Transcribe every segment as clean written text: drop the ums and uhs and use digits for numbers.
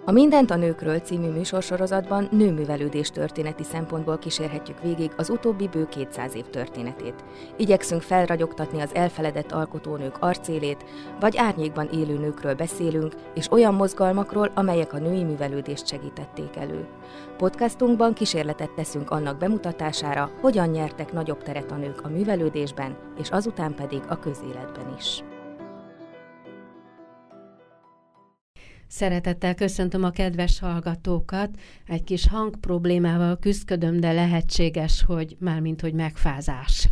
A Mindent a nőkről című műsorsorozatban nőművelődés történeti szempontból kísérhetjük végig az utóbbi bő 200 év történetét. Igyekszünk felragyogtatni az elfeledett alkotónők arcélét, vagy árnyékban élő nőkről beszélünk, és olyan mozgalmakról, amelyek a női művelődést segítették elő. Podcastunkban kísérletet teszünk annak bemutatására, hogyan nyertek nagyobb teret a nők a művelődésben, és azután pedig a közéletben is. Szeretettel köszöntöm a kedves hallgatókat. Egy kis hangproblémával küzdködöm, de lehetséges, hogy mármint, megfázás.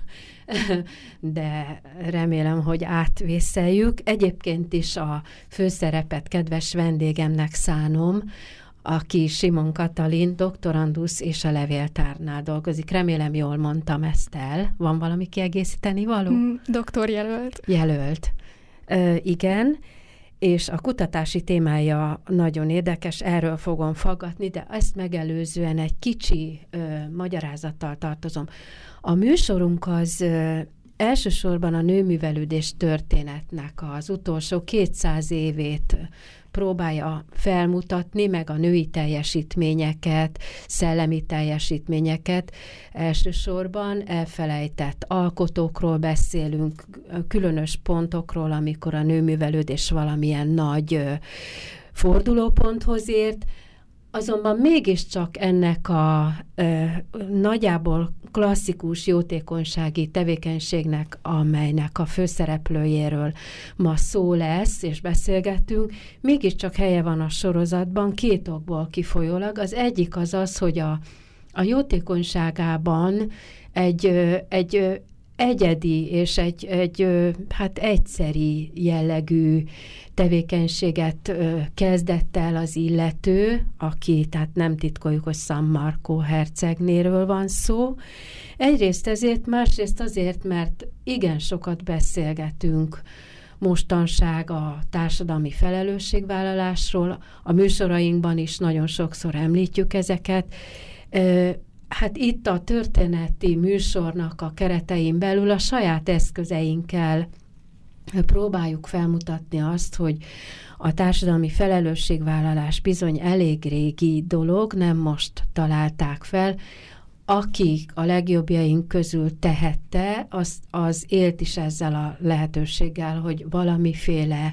De remélem, hogy átvészeljük. Egyébként is a főszerepet kedves vendégemnek szánom, aki Simon Katalin, doktorandusz és a levéltárnál dolgozik. Remélem, jól mondtam ezt el. Van valami kiegészíteni való? Doktorjelölt. Jelölt. Igen. És a kutatási témája nagyon érdekes, erről fogom faggatni, de ezt megelőzően egy kicsi magyarázattal tartozom. A műsorunk az elsősorban a nőművelődés történetnek az utolsó 200 évét próbálja felmutatni, meg a női teljesítményeket, szellemi teljesítményeket. Elsősorban elfelejtett alkotókról beszélünk, különös pontokról, amikor a nőművelődés valamilyen nagy fordulóponthoz ért, azonban mégiscsak ennek a nagyjából klasszikus jótékonysági tevékenységnek, amelynek a főszereplőjéről ma szó lesz, és beszélgetünk, mégiscsak helye van a sorozatban két okból kifolyólag. Az egyik az az, hogy a jótékonyságában egy egyedi és egy egyszeri jellegű tevékenységet kezdett el az illető, aki, tehát nem titkoljuk, hogy San Marco hercegnéről van szó. Egyrészt ezért, másrészt azért, mert igen sokat beszélgetünk mostanság a társadalmi felelősségvállalásról, a műsorainkban is nagyon sokszor említjük ezeket. Hát itt a történeti műsornak a keretein belül a saját eszközeinkkel próbáljuk felmutatni azt, hogy a társadalmi felelősségvállalás bizony elég régi dolog, nem most találták fel. Akik a legjobbjaink közül tehette, az élt is ezzel a lehetőséggel, hogy valamiféle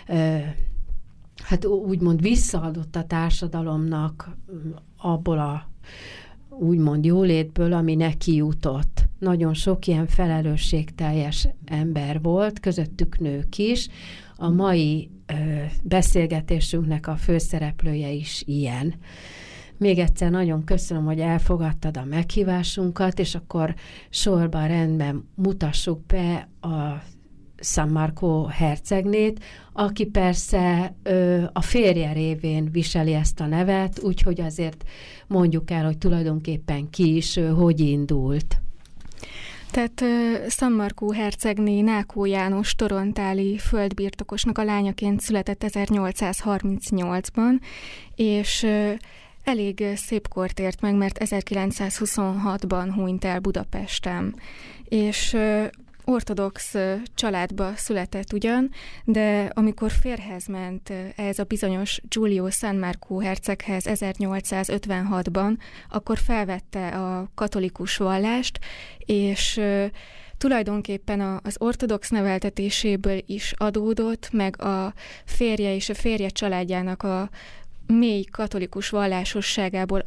úgymond visszaadott a társadalomnak abból a úgymond jólétből, ami neki jutott. Nagyon sok ilyen felelősségteljes ember volt, közöttük nők is. A mai beszélgetésünknek a főszereplője is ilyen. Még egyszer nagyon köszönöm, hogy elfogadtad a meghívásunkat, és akkor sorban rendben mutassuk be a San Marco hercegnét, aki persze a férje révén viseli ezt a nevet, úgyhogy azért mondjuk el, hogy tulajdonképpen ki is, hogy indult. Tehát San Marco hercegné Nákó János torontáli földbirtokosnak a lányaként született 1838-ban, és elég szép kort ért meg, mert 1926-ban hunyt el Budapesten. És ortodox családba született ugyan, de amikor férjhez ment ez a bizonyos Giulio San Marco herceghez 1856-ban, akkor felvette a katolikus vallást, és tulajdonképpen az ortodox neveltetéséből is adódott, meg a férje és a férje családjának a mély katolikus vallásosságából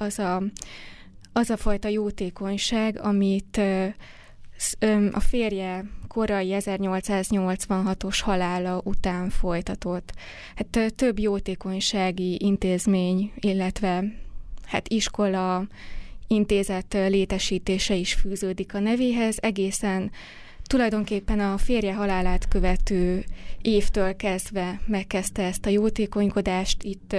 az a fajta jótékonyság, amit a férje korai 1886-os halála után folytatott. Hát több jótékonysági intézmény, illetve iskola, intézet létesítése is fűződik a nevéhez, egészen tulajdonképpen a férje halálát követő évtől kezdve megkezdte ezt a jótékonykodást. Itt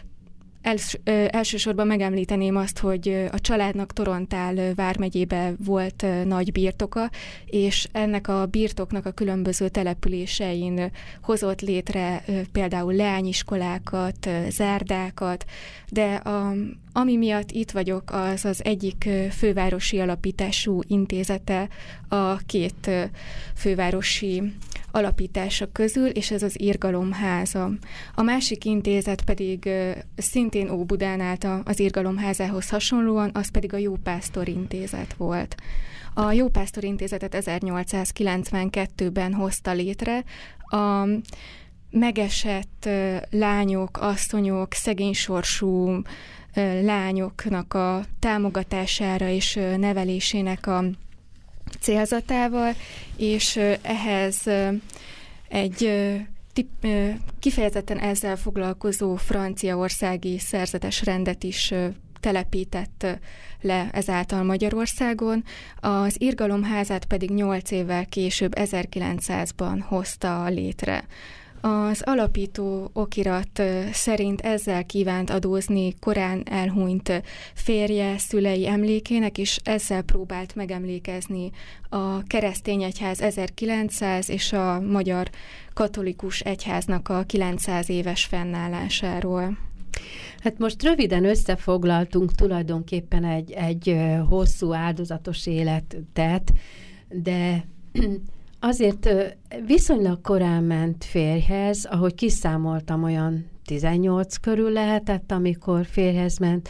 elsősorban megemlíteném azt, hogy a családnak Torontál vármegyébe volt nagy birtoka, és ennek a birtoknak a különböző településein hozott létre például leányiskolákat, zárdákat, de ami miatt itt vagyok, az az egyik fővárosi alapítású intézete a két fővárosi alapítása közül, és ez az Irgalomháza. A másik intézet pedig szintén Óbudán állt az Irgalomházához hasonlóan, az pedig a Jópásztor Intézet volt. A Jópásztor Intézetet 1892-ben hozta létre a megesett lányok, asszonyok, szegénysorsú lányoknak a támogatására és nevelésének a célzatával, és ehhez egy kifejezetten ezzel foglalkozó franciaországi szerzetes rendet is telepített le ezáltal Magyarországon. Az Irgalomházát pedig 8 évvel később, 1900-ban hozta létre. Az alapító okirat szerint ezzel kívánt adózni korán elhunyt férje, szülei emlékének, és ezzel próbált megemlékezni a keresztény egyház 1900 és a magyar katolikus egyháznak a 900 éves fennállásáról. Hát most röviden összefoglaltunk tulajdonképpen egy hosszú áldozatos életet, de azért viszonylag korán ment férjhez, ahogy kiszámoltam, olyan 18 körül lehetett, amikor férjhez ment,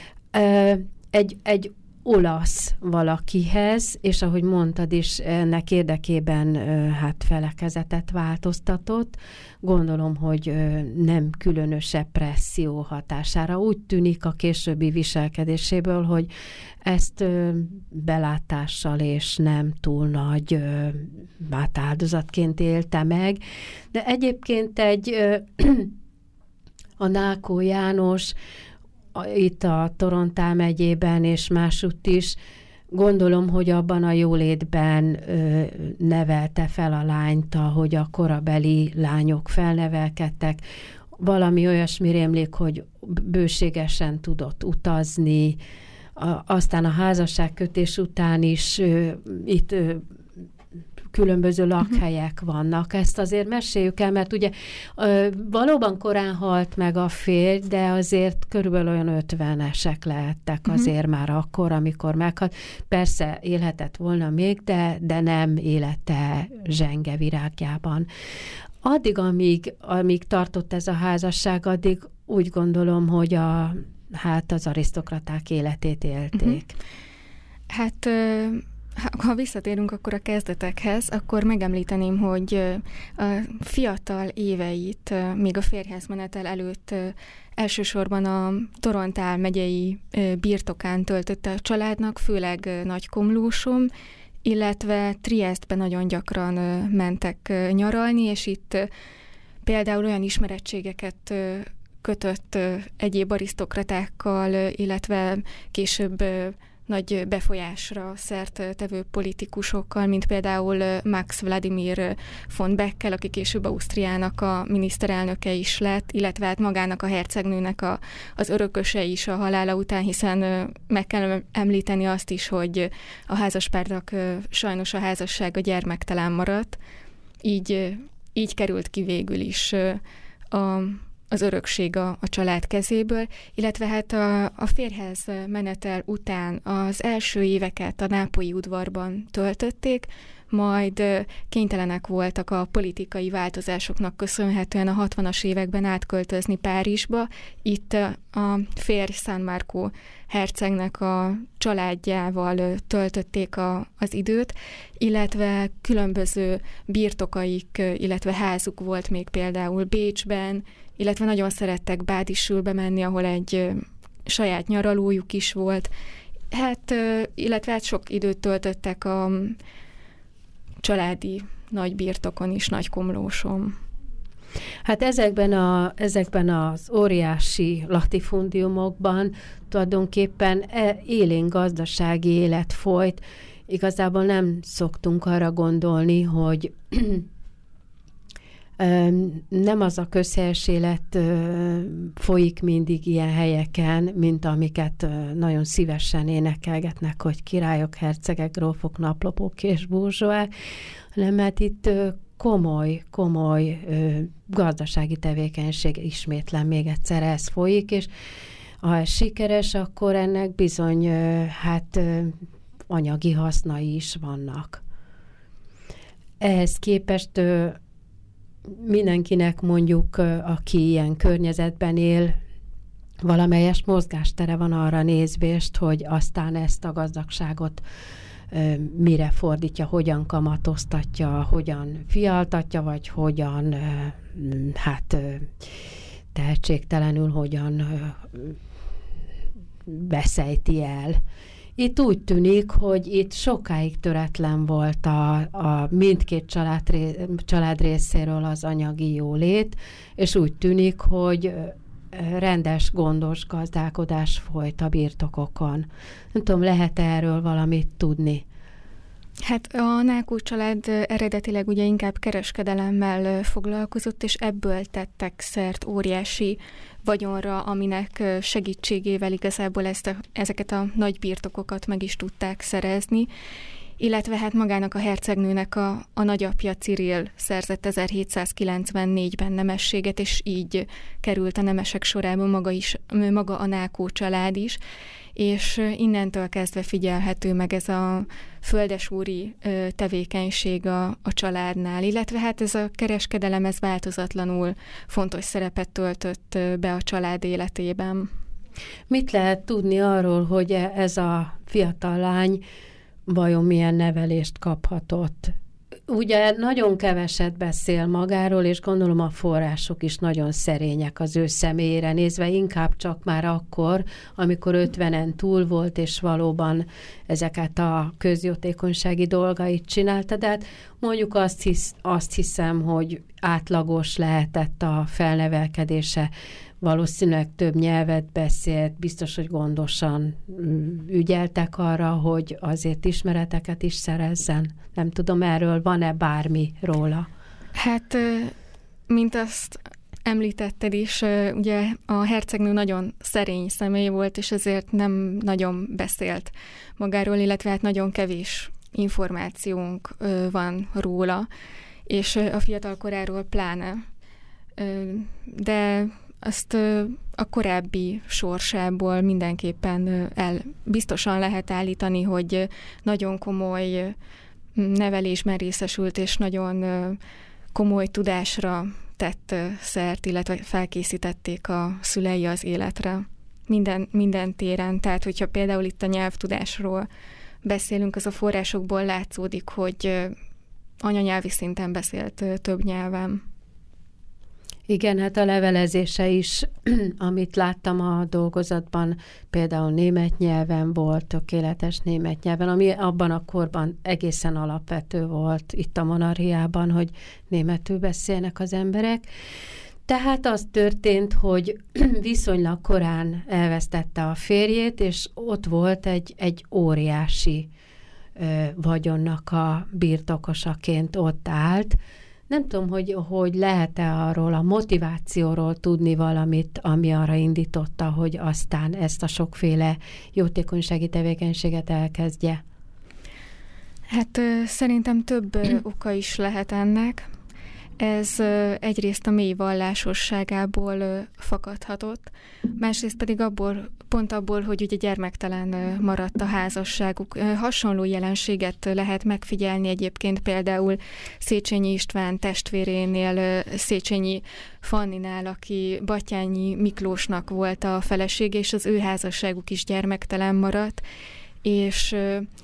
egy olasz valakihez, és ahogy mondtad is, ennek érdekében hát felekezetet változtatott. Gondolom, hogy nem különösebb presszió hatására. Úgy tűnik a későbbi viselkedéséből, hogy ezt belátással és nem túl nagy áldozatként élte meg. De egyébként a Nákó János itt a Torontál megyében és másutt is, gondolom, hogy abban a jólétben nevelte fel a lányt, ahogy a korabeli lányok felnevelkedtek. Valami olyasmi rémlik, hogy bőségesen tudott utazni, aztán a házasságkötés után is itt különböző lakhelyek vannak. Ezt azért meséljük el, mert ugye valóban korán halt meg a férj, de azért körülbelül olyan 50-esek lehettek azért már akkor, amikor meghalt. Persze élhetett volna még, de nem élete zsenge virágjában. Addig, amíg tartott ez a házasság, addig úgy gondolom, hogy az arisztokraták életét élték. Hát ha visszatérünk akkor a kezdetekhez, akkor megemlíteném, hogy a fiatal éveit még a férjhez menetel előtt elsősorban a Torontál megyei birtokán töltötte a családnak, főleg Nagykomlóson, illetve Triesztbe nagyon gyakran mentek nyaralni, és itt például olyan ismerettségeket kötött egyéb arisztokratákkal, illetve később nagy befolyásra szert tevő politikusokkal, mint például Max Vladimir von Beckkel, aki később Ausztriának a miniszterelnöke is lett, illetve hát magának a hercegnőnek az örököse is a halála után, hiszen meg kell említeni azt is, hogy a házaspárnak sajnos a házassága gyermektelen maradt, így került ki végül is az örökség a család kezéből, illetve hát a férjhez menetel után az első éveket a nápolyi udvarban töltötték, majd kénytelenek voltak a politikai változásoknak köszönhetően a 60-as években átköltözni Párizsba. Itt a férj San Marco hercegnek a családjával töltötték az időt, illetve különböző birtokaik, illetve házuk volt még például Bécsben, illetve nagyon szerettek Bádisülbe menni, ahol egy saját nyaralójuk is volt. Illetve sok időt töltöttek a családi nagy birtokon is, Nagykomlóson. Hát ezekben az óriási latifundiumokban tulajdonképpen élénk gazdasági élet folyt. Igazából nem szoktunk arra gondolni, hogy nem az a közhelyes élet folyik mindig ilyen helyeken, mint amiket nagyon szívesen énekelgetnek, hogy királyok, hercegek, grófok, naplopok és burzsóák, hanem hát itt komoly gazdasági tevékenység, ismétlen még egyszer ez folyik, és ha ez sikeres, akkor ennek bizony anyagi hasznai is vannak. ehhez képest mindenkinek mondjuk, aki ilyen környezetben él, valamelyes mozgástere van arra nézvést, hogy aztán ezt a gazdagságot mire fordítja, hogyan kamatoztatja, hogyan fialtatja, vagy hogyan tehetségtelenül, hogyan veszejti el. Itt úgy tűnik, hogy itt sokáig töretlen volt a mindkét család részéről az anyagi jólét, és úgy tűnik, hogy rendes, gondos gazdálkodás folyt a birtokokon. Nem tudom, lehet erről valamit tudni? Hát a Nákó család eredetileg ugye inkább kereskedelemmel foglalkozott, és ebből tettek szert óriási vagyonra, aminek segítségével igazából ezeket a nagy birtokokat meg is tudták szerezni, illetve hát magának a hercegnőnek a nagyapja Cyril szerzett 1794-ben nemességet, és így került a nemesek sorába maga a Nákó család is, és innentől kezdve figyelhető meg ez a földesúri tevékenység a családnál, illetve hát ez a kereskedelem, ez változatlanul fontos szerepet töltött be a család életében. Mit lehet tudni arról, hogy ez a fiatal lány vajon milyen nevelést kaphatott? Ugye nagyon keveset beszél magáról, és gondolom a források is nagyon szerények az ő személyére nézve, inkább csak már akkor, amikor 50-en túl volt, és valóban ezeket a közjótékonysági dolgait csinálta, de hát mondjuk azt hiszem, hogy átlagos lehetett a felnevelkedése, valószínűleg több nyelvet beszélt, biztos, hogy gondosan ügyeltek arra, hogy azért ismereteket is szerezzen. Nem tudom, erről van-e bármi róla? Hát, mint azt említetted is, ugye a hercegnő nagyon szerény személy volt, és ezért nem nagyon beszélt magáról, illetve hát nagyon kevés információnk van róla, és a fiatal koráról pláne. De azt a korábbi sorsából mindenképpen biztosan lehet állítani, hogy nagyon komoly nevelésben részesült, és nagyon komoly tudásra tett szert, illetve felkészítették a szülei az életre. Minden téren. Tehát, hogyha például itt a nyelvtudásról beszélünk, az a forrásokból látszódik, hogy anyanyelvi szinten beszélt több nyelven. Igen, hát a levelezése is, amit láttam a dolgozatban, például német nyelven volt, tökéletes német nyelven, ami abban a korban egészen alapvető volt itt a monarchiában, hogy németül beszélnek az emberek. Tehát az történt, hogy viszonylag korán elvesztette a férjét, és ott volt egy óriási vagyonnak a birtokosaként ott állt. Nem tudom, hogy lehet-e arról a motivációról tudni valamit, ami arra indította, hogy aztán ezt a sokféle jótékonysági tevékenységet elkezdje. Hát szerintem több oka is lehet ennek. Ez egyrészt a mély vallásosságából fakadhatott, másrészt pedig pont abból, hogy ugye gyermektelen maradt a házasságuk. Hasonló jelenséget lehet megfigyelni egyébként például Széchenyi István testvérénél, Széchenyi Fanninál, aki Batthyány Miklósnak volt a felesége, és az ő házasságuk is gyermektelen maradt, és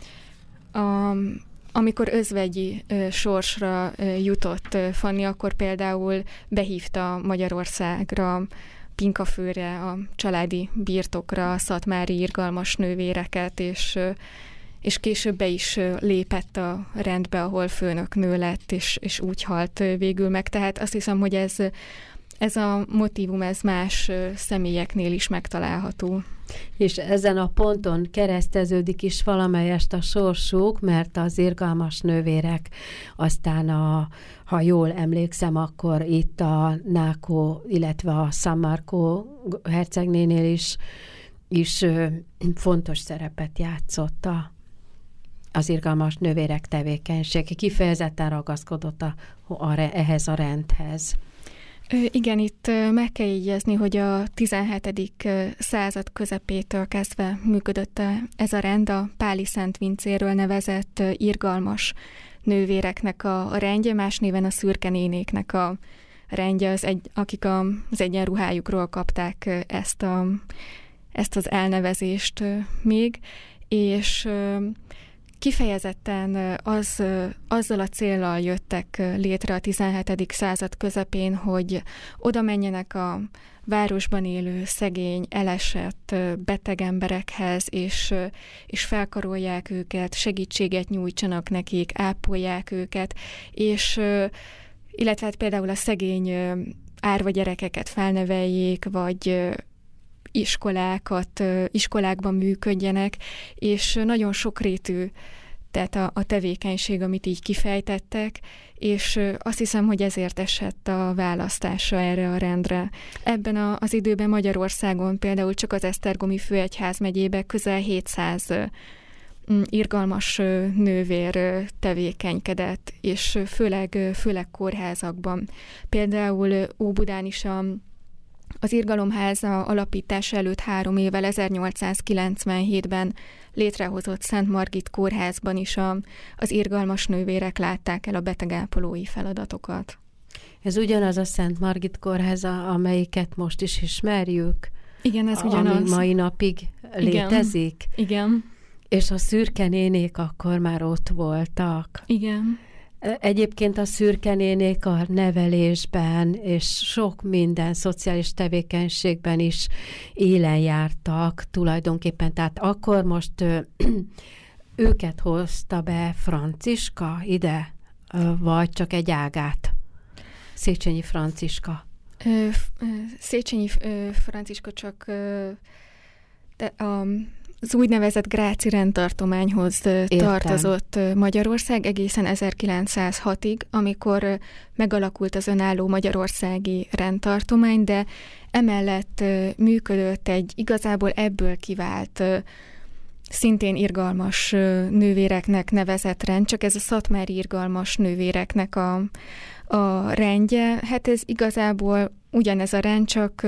amikor özvegyi sorsra jutott Fanni, akkor például behívta Magyarországra, Pinkafőre, a családi birtokra a szatmári irgalmas nővéreket, és később be is lépett a rendbe, ahol főnöknő lett, és úgy halt végül meg. Tehát azt hiszem, hogy ez a motívum, ez más személyeknél is megtalálható. És ezen a ponton kereszteződik is valamelyest a sorsuk, mert az irgalmas nővérek aztán, ha jól emlékszem, akkor itt a Nákó, illetve a San Marco hercegnénél is fontos szerepet játszott az irgalmas nővérek tevékenysége. Kifejezetten ragaszkodott ehhez a rendhez. Igen, itt meg kell jegyezni, hogy a 17. század közepétől kezdve működött ez a rend, a Páli Szent Vincéről nevezett irgalmas nővéreknek a rendje, más néven a szürke nénéknek a rendje, akik az egyenruhájukról kapták ezt az elnevezést még, és kifejezetten azzal a céllal jöttek létre a 17. század közepén, hogy oda menjenek a városban élő szegény, elesett, beteg emberekhez, és felkarolják őket, segítséget nyújtsanak nekik, ápolják őket, és illetve hát például a szegény árva gyerekeket felneveljék, vagy iskolákban működjenek, és nagyon sokrétű tehát a tevékenység, amit így kifejtettek, és azt hiszem, hogy ezért esett a választása erre a rendre. Ebben az időben Magyarországon például csak az Esztergomi Főegyház megyében közel 700 irgalmas nővér tevékenykedett, és főleg kórházakban. Például Óbudán is az Irgalomháza alapítása előtt 3 évvel, 1897-ben létrehozott Szent Margit kórházban is az irgalmas nővérek látták el a betegápolói feladatokat. Ez ugyanaz a Szent Margit kórháza, amelyiket most is ismerjük? Igen, ez ugyanaz. Ami mai napig létezik? Igen. És a szürke nénék akkor már ott voltak? Igen. Egyébként a szürke nénék a nevelésben és sok minden szociális tevékenységben is élen jártak tulajdonképpen. Tehát akkor most őket hozta be Franciska ide, vagy csak egy ágát? Széchenyi Franciska. Széchenyi Franciska csak az úgynevezett gráci rendtartományhoz tartozott Magyarország egészen 1906-ig, amikor megalakult az önálló magyarországi rendtartomány, de emellett működött egy igazából ebből kivált, szintén irgalmas nővéreknek nevezett rend, csak ez a szatmári irgalmas nővéreknek a rendje. Hát ez igazából ugyanez a rend, csak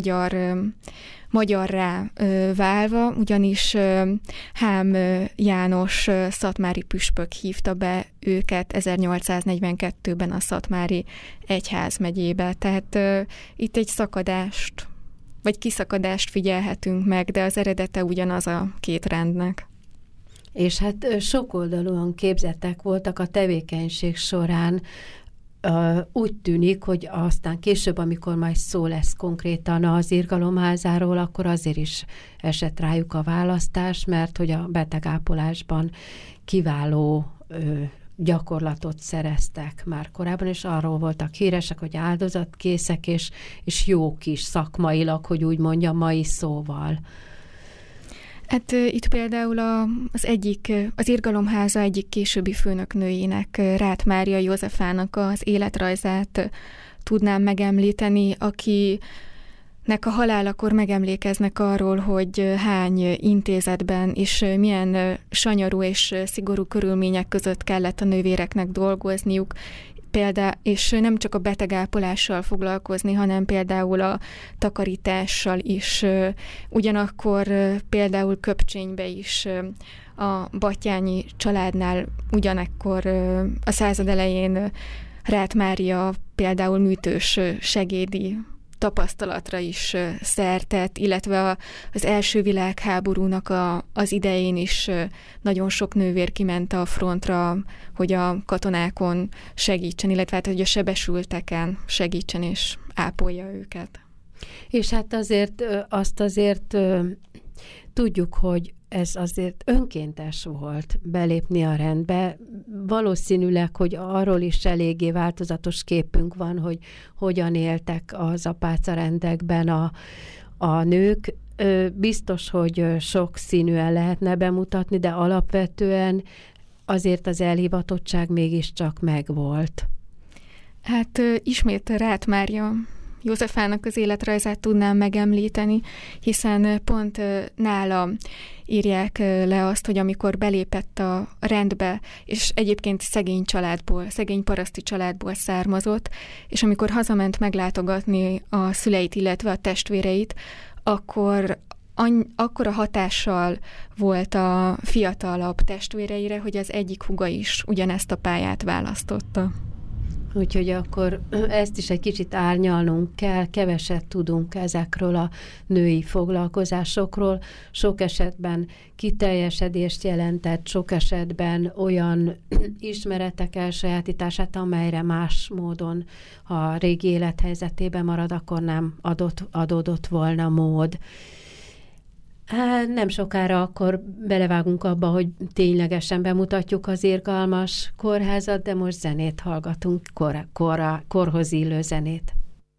magyarrá válva, ugyanis Hám János szatmári püspök hívta be őket 1842-ben a Szatmári Egyházmegyébe. Tehát itt egy szakadást, vagy kiszakadást figyelhetünk meg, de az eredete ugyanaz a két rendnek. És hát sokoldalúan képzettek voltak a tevékenység során. Úgy tűnik, hogy aztán később, amikor majd szó lesz konkrétan az Irgalomházáról, akkor azért is esett rájuk a választás, mert hogy a betegápolásban kiváló gyakorlatot szereztek már korábban, és arról voltak híresek, hogy áldozatkészek, és jók is szakmailag, hogy úgy mondjam, mai szóval. Hát itt például az Irgalomháza egyik későbbi főnöknőjének, Ráth Mária Józsefának az életrajzát tudnám megemlíteni, akinek a halálakor megemlékeznek arról, hogy hány intézetben és milyen sanyarú és szigorú körülmények között kellett a nővéreknek dolgozniuk, és nem csak a betegápolással foglalkozni, hanem például a takarítással is. Ugyanakkor például Köpcsénybe is a Battyányi családnál ugyanekkor a század elején Ráth Mária például műtős segédi tapasztalatra is szert tett, illetve az első világháborúnak az idején is nagyon sok nővér kiment a frontra, hogy a katonákon segítsen, illetve hát, hogy a sebesülteken segítsen és ápolja őket. És hát azt azért tudjuk, hogy ez azért önkéntes volt belépni a rendbe. Valószínűleg, hogy arról is eléggé változatos képünk van, hogy hogyan éltek az apácarendekben a nők. Biztos, hogy sok színűen lehetne bemutatni, de alapvetően azért az elhivatottság mégiscsak megvolt. Hát ismét Ráth Mária Józsefának az életrajzát tudnám megemlíteni, hiszen pont nála írják le azt, hogy amikor belépett a rendbe, és egyébként szegény paraszti családból származott, és amikor hazament meglátogatni a szüleit, illetve a testvéreit, akkor akkora hatással volt a fiatalabb testvéreire, hogy az egyik húga is ugyanezt a pályát választotta. Úgyhogy akkor ezt is egy kicsit árnyalnunk kell, keveset tudunk ezekről a női foglalkozásokról. Sok esetben kiteljesedést jelentett, sok esetben olyan ismeretek elsajátítását, amelyre más módon, ha régi élethelyzetében marad, akkor nem adódott volna mód. Hát nem sokára akkor belevágunk abba, hogy ténylegesen bemutatjuk az irgalmas kórházat, de most zenét hallgatunk, korhoz illő zenét.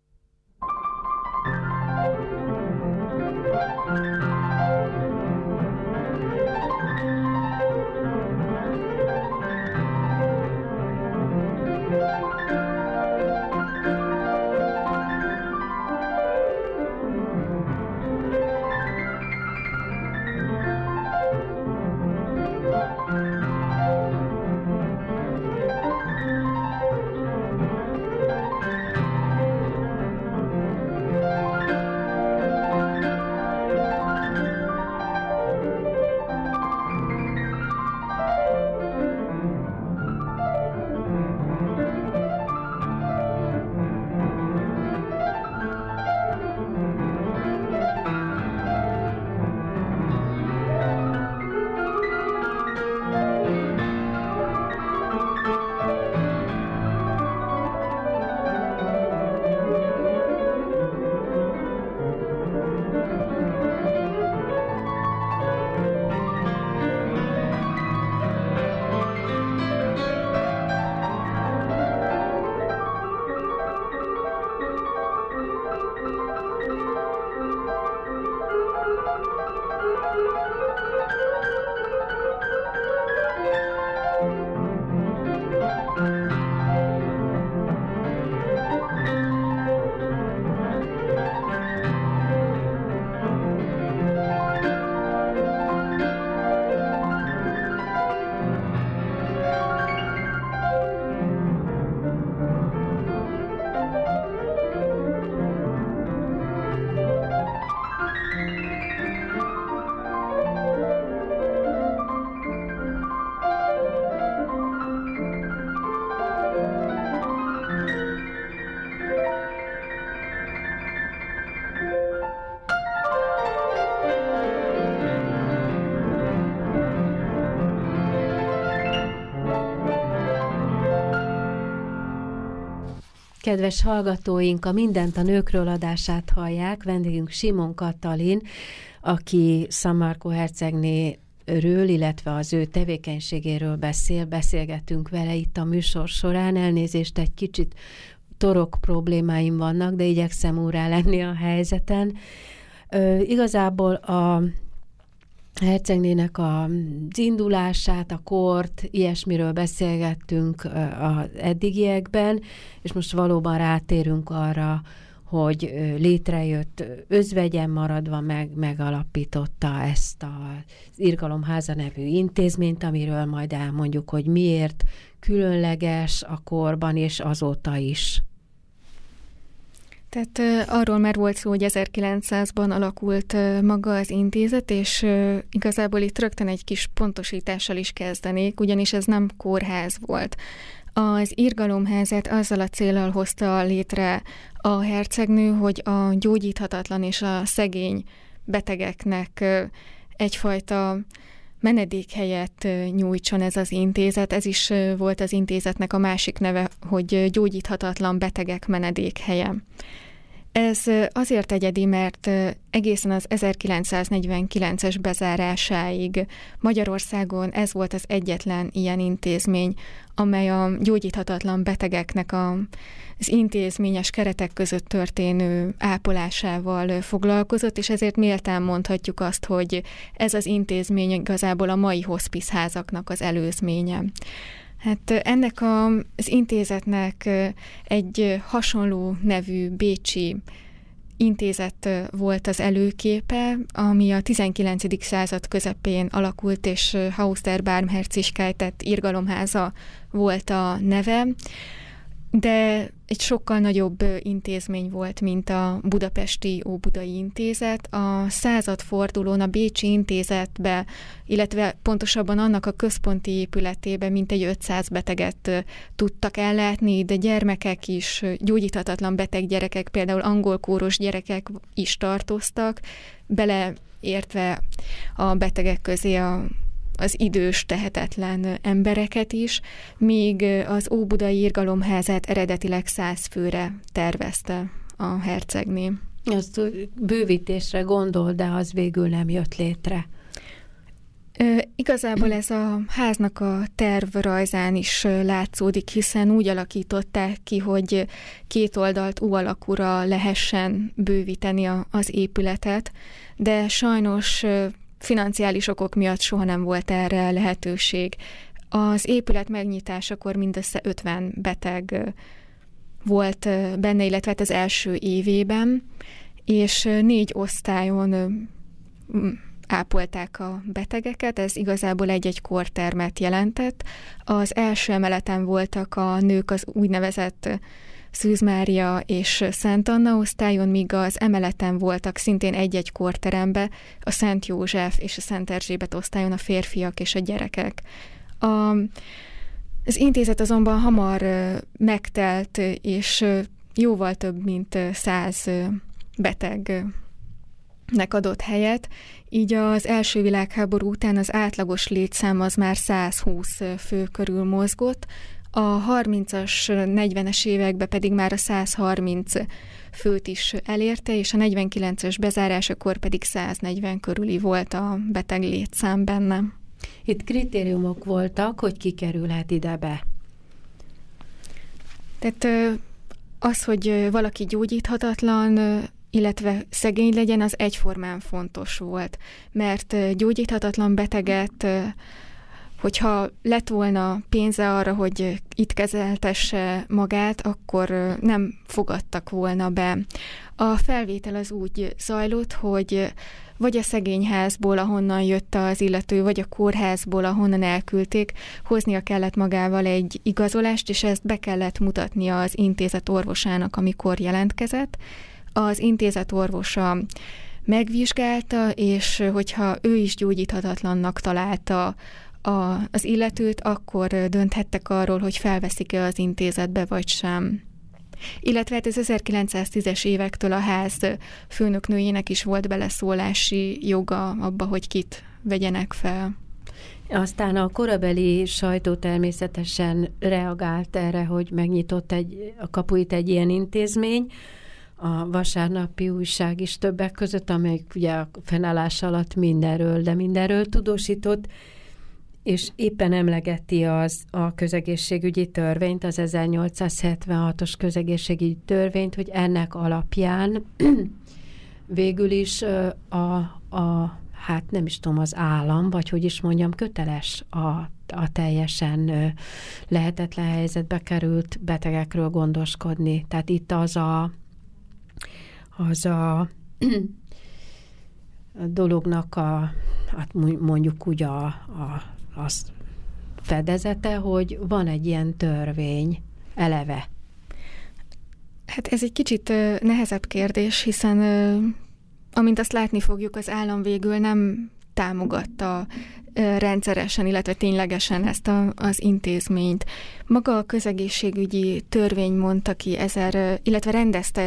Kedves hallgatóink, a Mindent a nőkről adását hallják. Vendégünk Simon Katalin, aki San Marco hercegnéről, illetve az ő tevékenységéről beszélgetünk vele itt a műsor során. Elnézést, egy kicsit torok problémáim vannak, de igyekszem úrrá lenni a helyzeten. Igazából a hercegnének az indulását, a kort, ilyesmiről beszélgettünk az eddigiekben, és most valóban rátérünk arra, hogy létrejött, özvegyen maradva megalapította ezt az Irgalomháza nevű intézményt, amiről majd elmondjuk, hogy miért különleges a korban és azóta is. Tehát arról már volt szó, hogy 1900-ban alakult maga az intézet, és igazából itt rögtön egy kis pontosítással is kezdenék, ugyanis ez nem kórház volt. Az Irgalomházat azzal a céllal hozta létre a hercegnő, hogy a gyógyíthatatlan és a szegény betegeknek egyfajta menedékhelyet nyújtson ez az intézet. Ez is volt az intézetnek a másik neve, hogy Gyógyíthatatlan betegek menedékhelye. Ez azért egyedi, mert egészen az 1949-es bezárásáig Magyarországon ez volt az egyetlen ilyen intézmény, amely a gyógyíthatatlan betegeknek az intézményes keretek között történő ápolásával foglalkozott, és ezért méltán mondhatjuk azt, hogy ez az intézmény igazából a mai hospice-házaknak az előzménye. Hát ennek az intézetnek egy hasonló nevű bécsi intézet volt az előképe, ami a 19. század közepén alakult, és Haus der Barmherzigkeit, tehát Irgalomháza volt a neve. de egy sokkal nagyobb intézmény volt, mint a budapesti Óbudai Intézet. A századfordulón a Bécsi Intézetbe, illetve pontosabban annak a központi épületébe mintegy 500 beteget tudtak ellátni, de gyermekek is, gyógyíthatatlan beteg gyerekek, például angolkóros gyerekek is tartoztak, beleértve a betegek közé az idős, tehetetlen embereket is, míg az Óbudai Irgalomházát eredetileg 100 főre tervezte a hercegné. Azt bővítésre gondol, de az végül nem jött létre. Igazából ez a háznak a tervrajzán is látszódik, hiszen úgy alakították ki, hogy két oldalt U alakúra lehessen bővíteni az épületet, de sajnos financiális okok miatt soha nem volt erre lehetőség. Az épület megnyitásakor mindössze 50 beteg volt benne, illetve az első évében, és 4 osztályon ápolták a betegeket, ez igazából egy-egy kórtermet jelentett. Az első emeleten voltak a nők az úgynevezett Szűz Mária és Szent Anna osztályon, míg az emeleten voltak szintén egy-egy kórterembe a Szent József és a Szent Erzsébet osztályon a férfiak és a gyerekek. Az intézet azonban hamar megtelt, és jóval több mint 100 betegnek adott helyet, így az első világháború után az átlagos létszám az már 120 fő körül mozgott, a 30-as, 40-es években pedig már a 130 főt is elérte, és a 49-es bezárásakor pedig 140 körüli volt a beteg létszám benne. Itt kritériumok voltak, hogy ki kerülhet ide be. Tehát az, hogy valaki gyógyíthatatlan, illetve szegény legyen, az egyformán fontos volt, mert gyógyíthatatlan beteget, hogyha lett volna pénze arra, hogy itt kezeltesse magát, akkor nem fogadtak volna be. A felvétel az úgy zajlott, hogy vagy a szegényházból, ahonnan jött az illető, vagy a kórházból, ahonnan elküldték, hoznia kellett magával egy igazolást, és ezt be kellett mutatnia az intézet orvosának, amikor jelentkezett. Az intézet orvosa megvizsgálta, és hogyha ő is gyógyíthatatlannak találta az illetőt, akkor dönthettek arról, hogy felveszik-e az intézetbe, vagy sem. Illetve hát az 1910-es évektől a ház főnöknőjének is volt beleszólási joga abba, hogy kit vegyenek fel. Aztán a korabeli sajtó természetesen reagált erre, hogy megnyitott a kapuit egy ilyen intézmény, a Vasárnapi Újság is többek között, amelyik ugye a fennállás alatt mindenről tudósított, és éppen emlegeti a közegészségügyi törvényt, az 1876-os közegészségügyi törvényt, hogy ennek alapján végül is hát nem is tudom, az állam, vagy hogy is mondjam, köteles a teljesen lehetetlen helyzetbe került betegekről gondoskodni. Tehát itt az a dolognak hát mondjuk úgy az fedezete, hogy van egy ilyen törvény eleve. Hát ez egy kicsit nehezebb kérdés, hiszen amint azt látni fogjuk, az állam végül nem támogatta rendszeresen, illetve ténylegesen ezt az intézményt. Maga a közegészségügyi törvény mondta ki, illetve rendezte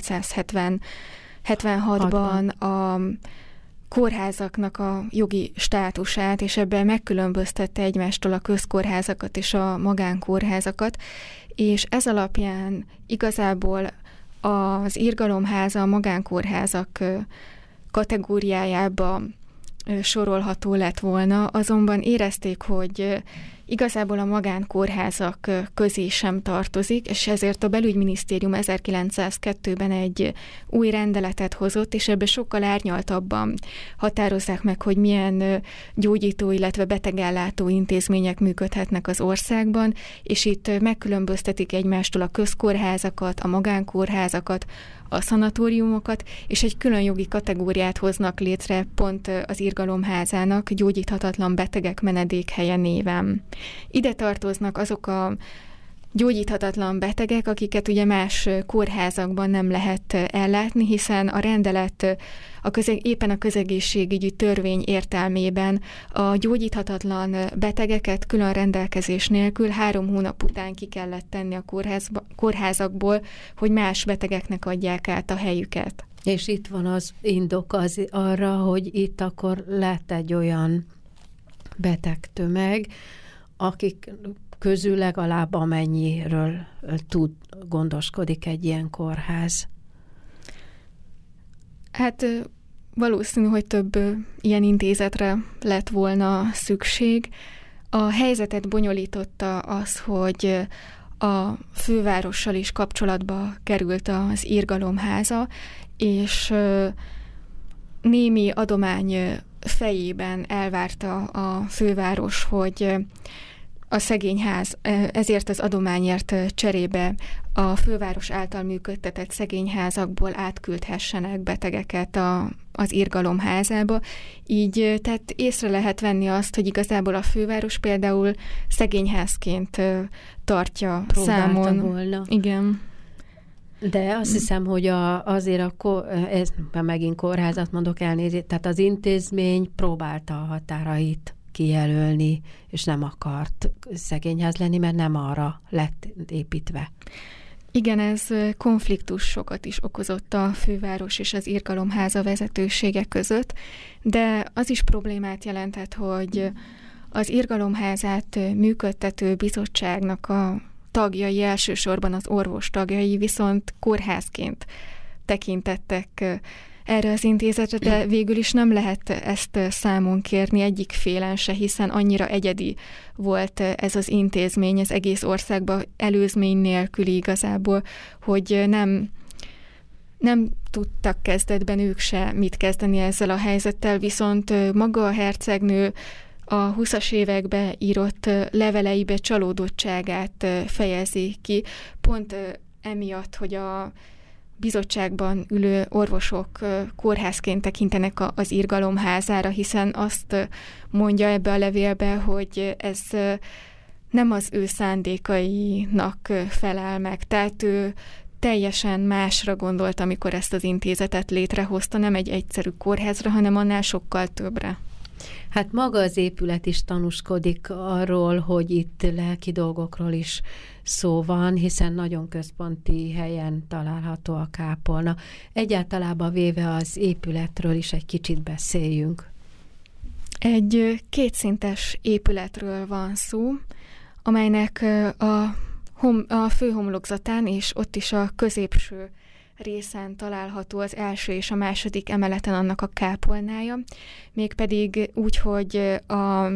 1876-ban a kórházaknak a jogi státusát, és ebben megkülönböztette egymástól a közkórházakat és a magánkórházakat, és ez alapján igazából az Irgalomháza a magánkórházak kategóriájába sorolható lett volna, azonban érezték, hogy igazából a magánkórházak közé sem tartozik, és ezért a Belügyminisztérium 1902-ben egy új rendeletet hozott, és ebbe sokkal árnyaltabban határozzák meg, hogy milyen gyógyító, illetve betegellátó intézmények működhetnek az országban, és itt megkülönböztetik egymástól a közkórházakat, a magánkórházakat, a szanatóriumokat, és egy külön jogi kategóriát hoznak létre pont az Irgalomházának gyógyíthatatlan betegek menedékhelye néven. Ide tartoznak azok a gyógyíthatatlan betegek, akiket ugye más kórházakban nem lehet ellátni, hiszen a rendelet éppen a közegészségügyi törvény értelmében a gyógyíthatatlan betegeket külön rendelkezés nélkül 3 hónap után ki kellett tenni a kórházakból, hogy más betegeknek adják át a helyüket. És itt van az indok arra, hogy itt akkor lett egy olyan betegtömeg, akik közül legalább amennyiről gondoskodik egy ilyen kórház. Hát valószínű, hogy több ilyen intézetre lett volna szükség. A helyzetet bonyolította az, hogy a fővárossal is kapcsolatba került az Irgalomháza, és némi adomány fejében elvárta a főváros, hogy a szegényház ezért az adományért cserébe a főváros által működtetett szegényházakból átküldhessenek betegeket az Irgalomházába. Így tehát észre lehet venni azt, hogy igazából a főváros például szegényházként tartja számon. Volna. Igen. De azt hiszem, hogy azért ez megint kórházat mondok, elnézést, tehát az intézmény próbálta a határait kijelölni, és nem akart szegényház lenni, mert nem arra lett építve. Igen, ez konfliktusokat is okozott a főváros és az Irgalomháza vezetősége között, de az is problémát jelentett, hogy az Irgalomházát működtető bizottságnak a tagjai, elsősorban az orvos tagjai viszont kórházként tekintettek erre az intézetre, de végül is nem lehet ezt számon kérni egyik félen se, hiszen annyira egyedi volt ez az intézmény az egész országban előzmény nélküli igazából, hogy nem tudtak kezdetben ők se mit kezdeni ezzel a helyzettel, viszont maga a hercegnő a 20-as években írott leveleibe csalódottságát fejezi ki, pont emiatt, hogy a bizottságban ülő orvosok kórházként tekintenek az Irgalomházára, hiszen azt mondja ebbe a levélbe, hogy ez nem az ő szándékainak felel meg. Tehát ő teljesen másra gondolt, amikor ezt az intézetet létrehozta, nem egy egyszerű kórházra, hanem annál sokkal többre. Hát maga az épület is tanúskodik arról, hogy itt lelki dolgokról is szó van, hiszen nagyon központi helyen található a kápolna. Egyáltalában véve az épületről is egy kicsit beszéljünk. Egy kétszintes épületről van szó, amelynek a főhomlokzatán és ott is a középső részen található az első és a második emeleten annak a kápolnája, mégpedig úgy, hogy a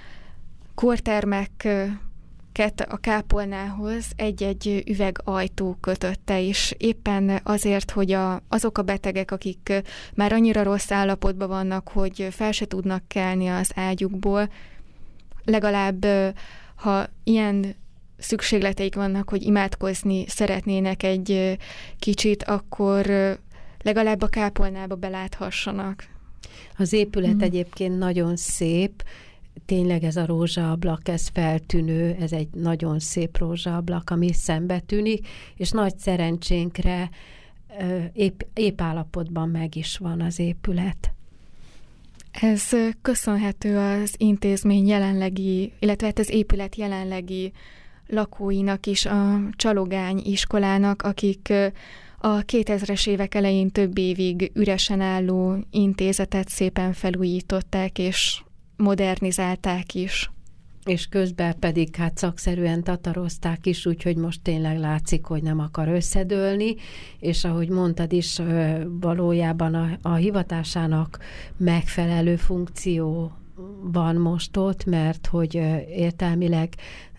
kórtermeket a kápolnához egy-egy üvegajtó kötötte, és éppen azért, hogy azok a betegek, akik már annyira rossz állapotban vannak, hogy fel se tudnak kelni az ágyukból, legalább ha ilyen szükségleteik vannak, hogy imádkozni szeretnének egy kicsit, akkor legalább a kápolnába beláthassanak. Az épület egyébként nagyon szép, tényleg ez a rózsaablak, ez feltűnő, ez egy nagyon szép rózsaablak, ami szembe tűnik, és nagy szerencsénkre épp állapotban meg is van az épület. Ez köszönhető az intézmény jelenlegi, illetve hát az épület jelenlegi lakóinak is, a Csalogány iskolának, akik a 2000-es évek elején több évig üresen álló intézetet szépen felújították és modernizálták is. És közben pedig hát szakszerűen tatarozták is, úgyhogy most tényleg látszik, hogy nem akar összedőlni, és ahogy mondtad is, valójában a hivatásának megfelelő funkció van most ott, mert hogy értelmileg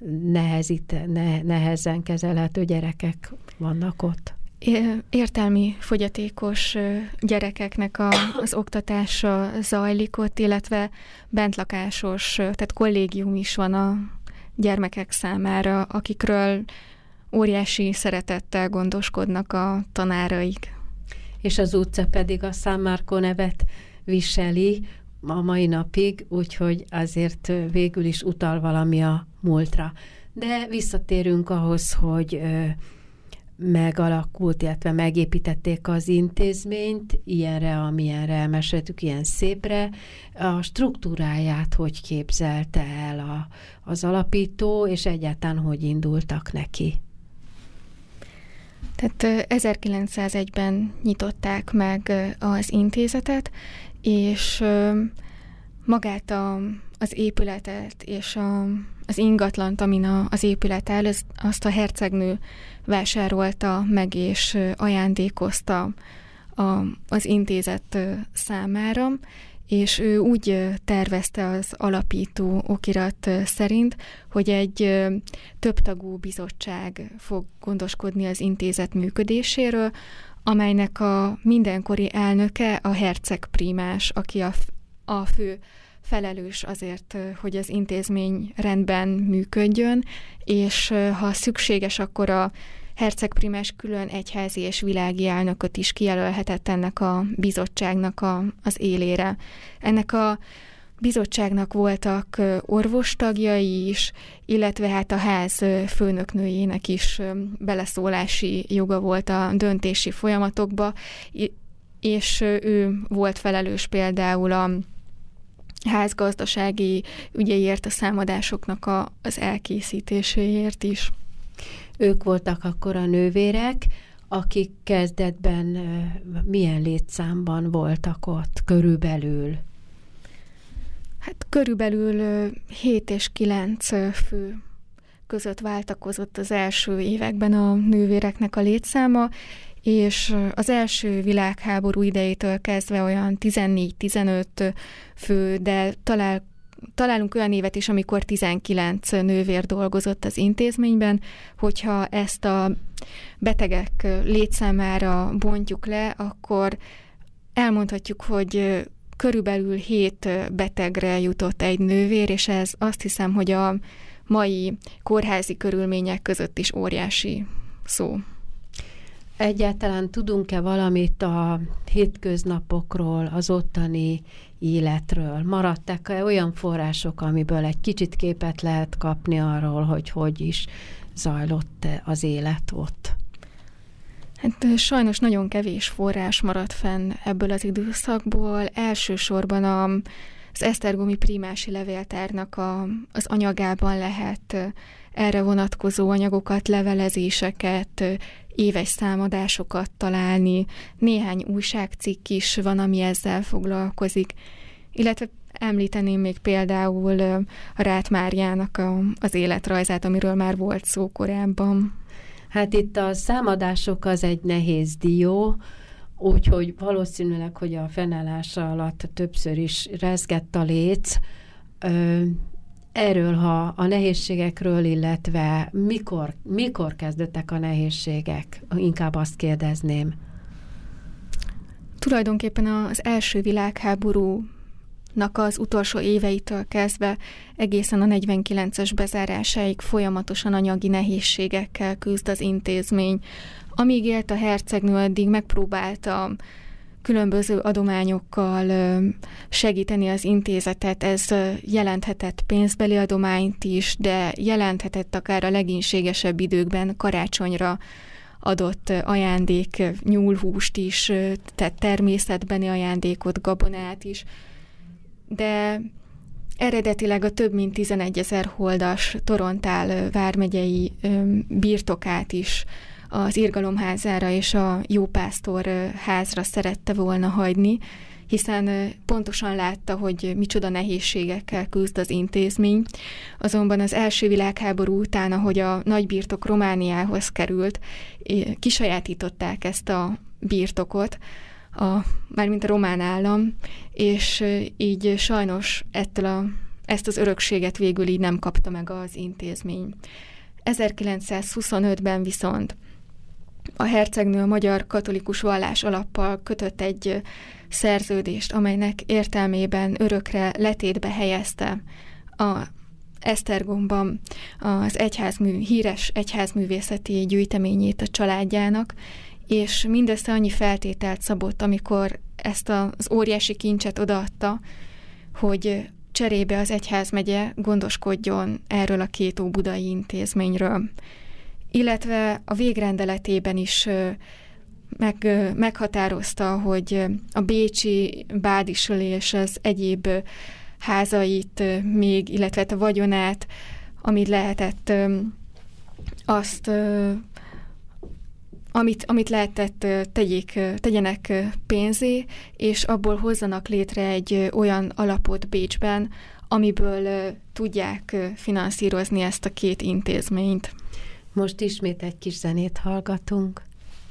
nehezen kezelhető gyerekek vannak ott. Értelmi fogyatékos gyerekeknek az oktatása zajlik ott, illetve bentlakásos, tehát kollégium is van a gyermekek számára, akikről óriási szeretettel gondoskodnak a tanáraik. És az utca pedig a San Marco nevet viseli a mai napig, úgyhogy azért végül is utal valami a múltra. De visszatérünk ahhoz, hogy megalakult, illetve megépítették az intézményt, ilyenre, amilyenre elmeséltük, ilyen szépre. A struktúráját hogy képzelte el az alapító, és egyáltalán hogy indultak neki? Tehát 1901-ben nyitották meg az intézetet, és magát az épületet és az ingatlant, amin az épület áll, azt a hercegnő vásárolta meg és ajándékozta az intézet számára, és ő úgy tervezte az alapító okirat szerint, hogy egy többtagú bizottság fog gondoskodni az intézet működéséről, amelynek a mindenkori elnöke a herceg prímás, aki a fő felelős azért, hogy az intézmény rendben működjön, és ha szükséges, akkor a hercegprímás külön egyházi és világi elnököt is kijelölhetett ennek a bizottságnak az élére. Ennek a bizottságnak voltak orvostagjai is, illetve hát a ház főnöknőjének is beleszólási joga volt a döntési folyamatokba, és ő volt felelős például a házgazdasági ügyeiért, a számadásoknak az elkészítéséért is. Ők voltak akkor a nővérek, akik kezdetben milyen létszámban voltak ott körülbelül? Hát körülbelül 7 és 9 fő között váltakozott az első években a nővéreknek a létszáma, és az első világháború idejétől kezdve olyan 14-15 fő, de találunk olyan évet is, amikor 19 nővér dolgozott az intézményben, hogyha ezt a betegek létszámára bontjuk le, akkor elmondhatjuk, hogy körülbelül 7 betegre jutott egy nővér, és ez azt hiszem, hogy a mai kórházi körülmények között is óriási szó. Egyáltalán tudunk-e valamit a hétköznapokról, az ottani életről? Maradtak-e olyan források, amiből egy kicsit képet lehet kapni arról, hogy is zajlott az élet ott? Hát sajnos nagyon kevés forrás maradt fenn ebből az időszakból. Elsősorban az esztergomi prímási levéltárnak az anyagában lehet erre vonatkozó anyagokat, levelezéseket, éves számadásokat találni. Néhány újságcikk is van, ami ezzel foglalkozik. Illetve említeném még például a Ráth Máriának az életrajzát, amiről már volt szó korábban. Hát itt a számadások az egy nehéz dió, úgyhogy valószínűleg, hogy a fennállása alatt többször is rezgett a léc. Erről, ha a nehézségekről, illetve mikor kezdődtek a nehézségek? Inkább azt kérdezném. Tulajdonképpen az első világháborúnak az utolsó éveitől kezdve egészen a 49-es bezárásáig folyamatosan anyagi nehézségekkel küzd az intézmény. Amíg élt a hercegnő, addig megpróbálta különböző adományokkal segíteni az intézetet. Ez jelenthetett pénzbeli adományt is, de jelenthetett akár a legínségesebb időkben karácsonyra adott ajándék, nyúlhúst is, tehát természetbeni ajándékot, gabonát is. De eredetileg a több mint 11 000 holdas Torontál vármegyei birtokát is az Irgalomházára és a Jópásztor házra szerette volna hagyni, hiszen pontosan látta, hogy micsoda nehézségekkel küzd az intézmény. Azonban az első világháború után, ahogy a nagybirtok Romániához került, kisajátították ezt a birtokot, mármint a román állam, és így sajnos ezt az örökséget végül így nem kapta meg az intézmény. 1925-ben viszont a hercegnő a magyar katolikus vallás alappal kötött egy szerződést, amelynek értelmében örökre letétbe helyezte Esztergomban az híres egyházművészeti gyűjteményét a családjának, és mindössze annyi feltételt szabott, amikor ezt az óriási kincset odaadta, hogy cserébe az egyházmegye gondoskodjon erről a 2 óbudai intézményről. Illetve a végrendeletében is meghatározta, hogy a bécsi Bádisöl és az egyéb házait még, illetve a vagyonát, amit lehetett, amit lehetett, tegyenek pénzé, és abból hozzanak létre egy olyan alapot Bécsben, amiből tudják finanszírozni ezt a 2 intézményt. Most ismét egy kis zenét hallgatunk.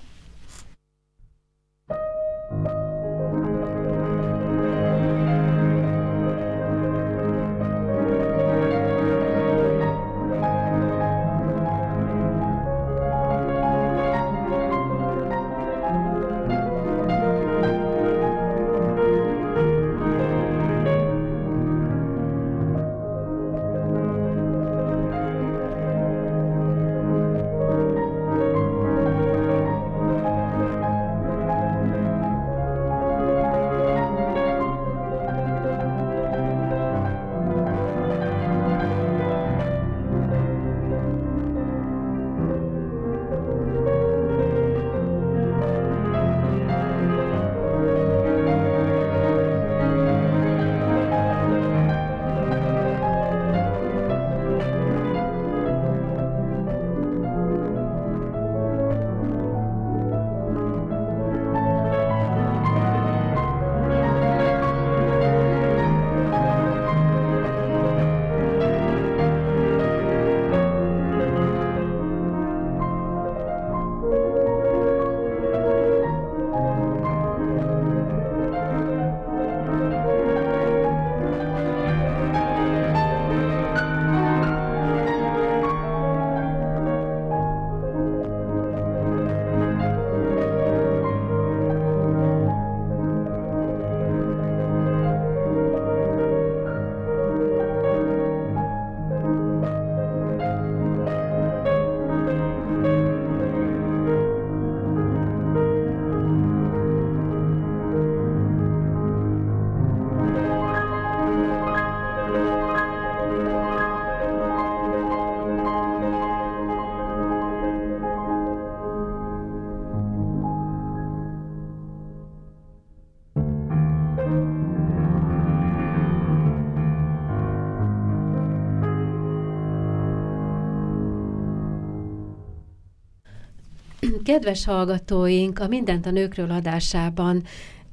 Kedves hallgatóink, a Mindent a nőkről adásában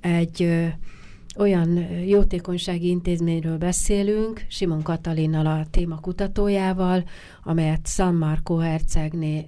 egy olyan jótékonysági intézményről beszélünk, Simon Katalinnal, a témakutatójával, amelyet San Marco hercegné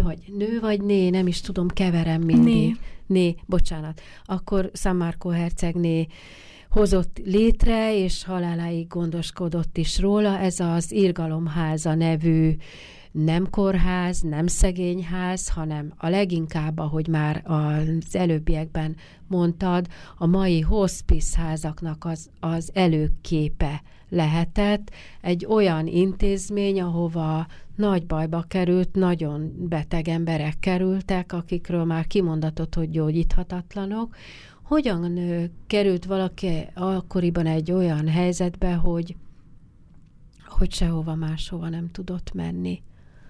nő vagy né, nem is tudom, keverem mindig. Bocsánat. Akkor San Marco hercegné hozott létre, és haláláig gondoskodott is róla. Ez az Irgalomháza nevű nem kórház, nem szegényház, hanem a leginkább, ahogy már az előbbiekben mondtad, a mai hospice házaknak az előképe lehetett. Egy olyan intézmény, ahova nagy bajba került, nagyon beteg emberek kerültek, akikről már kimondatott, hogy gyógyíthatatlanok. Hogyan került valaki akkoriban egy olyan helyzetbe, hogy sehova máshova nem tudott menni?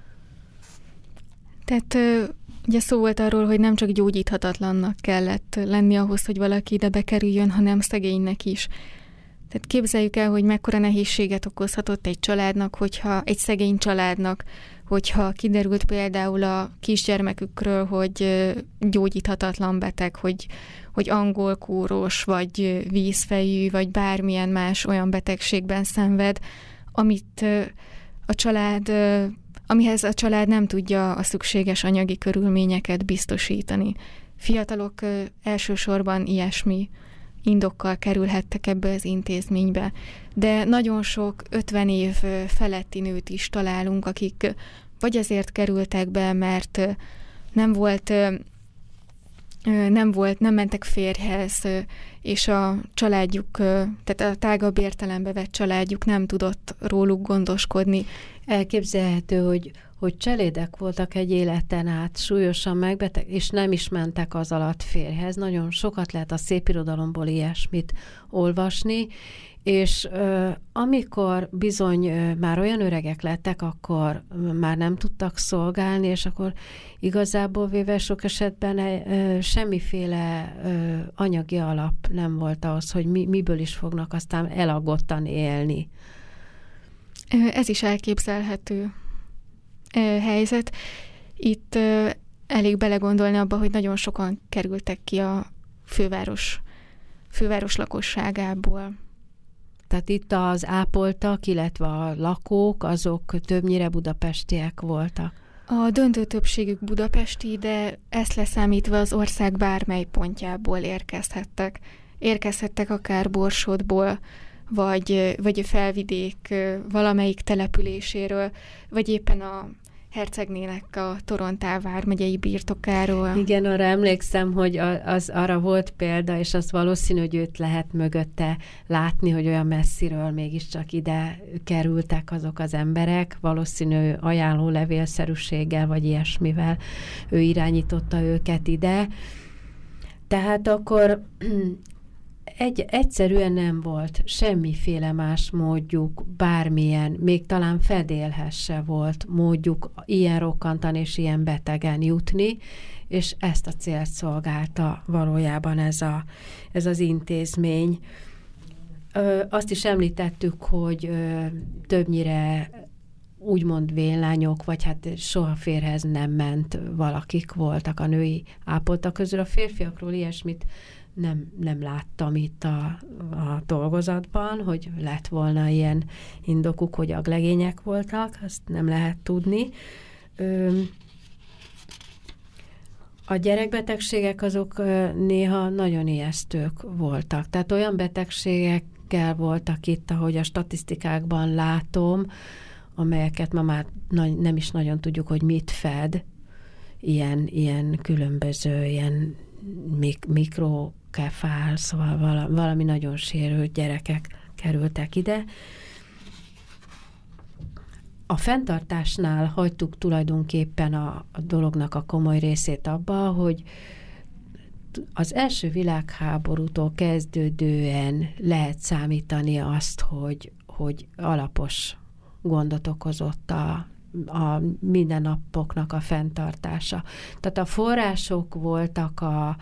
Tehát ugye szó volt arról, hogy nem csak gyógyíthatatlannak kellett lenni ahhoz, hogy valaki ide bekerüljön, hanem szegénynek is. Tehát képzeljük el, hogy mekkora nehézséget okozhatott egy családnak, egy szegény családnak, hogyha kiderült például a kisgyermekükről, hogy gyógyíthatatlan beteg, hogy angolkóros, vagy vízfejű, vagy bármilyen más olyan betegségben szenved, amihez a család nem tudja a szükséges anyagi körülményeket biztosítani. Fiatalok elsősorban ilyesmi indokkal kerülhettek ebbe az intézménybe, de nagyon sok 50 év feletti nőt is találunk, akik vagy azért kerültek be, mert nem mentek férjhez, és a családjuk, tehát a tágabb értelembe vett családjuk nem tudott róluk gondoskodni. Elképzelhető, hogy cselédek voltak egy életen át, súlyosan megbeteg, és nem is mentek az alatt férjhez. Nagyon sokat lehet a szépirodalomból ilyesmit olvasni, és amikor bizony már olyan öregek lettek, akkor már nem tudtak szolgálni, és akkor igazából véve sok esetben semmiféle anyagi alap nem volt ahhoz, hogy miből is fognak aztán elagottan élni. Ez is elképzelhető helyzet. Itt elég belegondolni abba, hogy nagyon sokan kerültek ki a főváros lakosságából. Tehát itt az ápoltak, illetve a lakók, azok többnyire budapestiek voltak. A döntő többségük budapesti, de ezt leszámítva az ország bármely pontjából érkezhettek. Érkezhettek akár Borsodból, vagy a felvidék valamelyik településéről, vagy éppen a hercegnének a Torontál vármegyei birtokáról. Igen, arra emlékszem, hogy az arra volt példa, és az valószínű, hogy őt lehet mögötte látni, hogy olyan messziről mégiscsak ide kerültek azok az emberek, valószínű ajánlólevélszerűséggel, vagy ilyesmivel ő irányította őket ide. Tehát akkor egyszerűen nem volt semmiféle más módjuk, bármilyen, még talán fedélhez se volt módjuk ilyen rokkantan és ilyen betegen jutni, és ezt a célt szolgálta valójában ez az intézmény. Azt is említettük, hogy többnyire úgymond vénlányok, vagy hát soha férhez nem ment valakik voltak a női ápoltak közül. A férfiakról ilyesmit nem láttam itt a dolgozatban, hogy lett volna ilyen indokuk, hogy aglegények voltak, azt nem lehet tudni. A gyerekbetegségek azok néha nagyon ijesztők voltak. Tehát olyan betegségekkel voltak itt, ahogy a statisztikákban látom, amelyeket ma már nem is nagyon tudjuk, hogy mit fed, ilyen különböző, ilyen mikrokefál, szóval valami nagyon sérült gyerekek kerültek ide. A fenntartásnál hagytuk tulajdonképpen a dolognak a komoly részét abba, hogy az első világháborútól kezdődően lehet számítani azt, hogy alapos gondot okozott a mindennapoknak a fenntartása. Tehát a források voltak a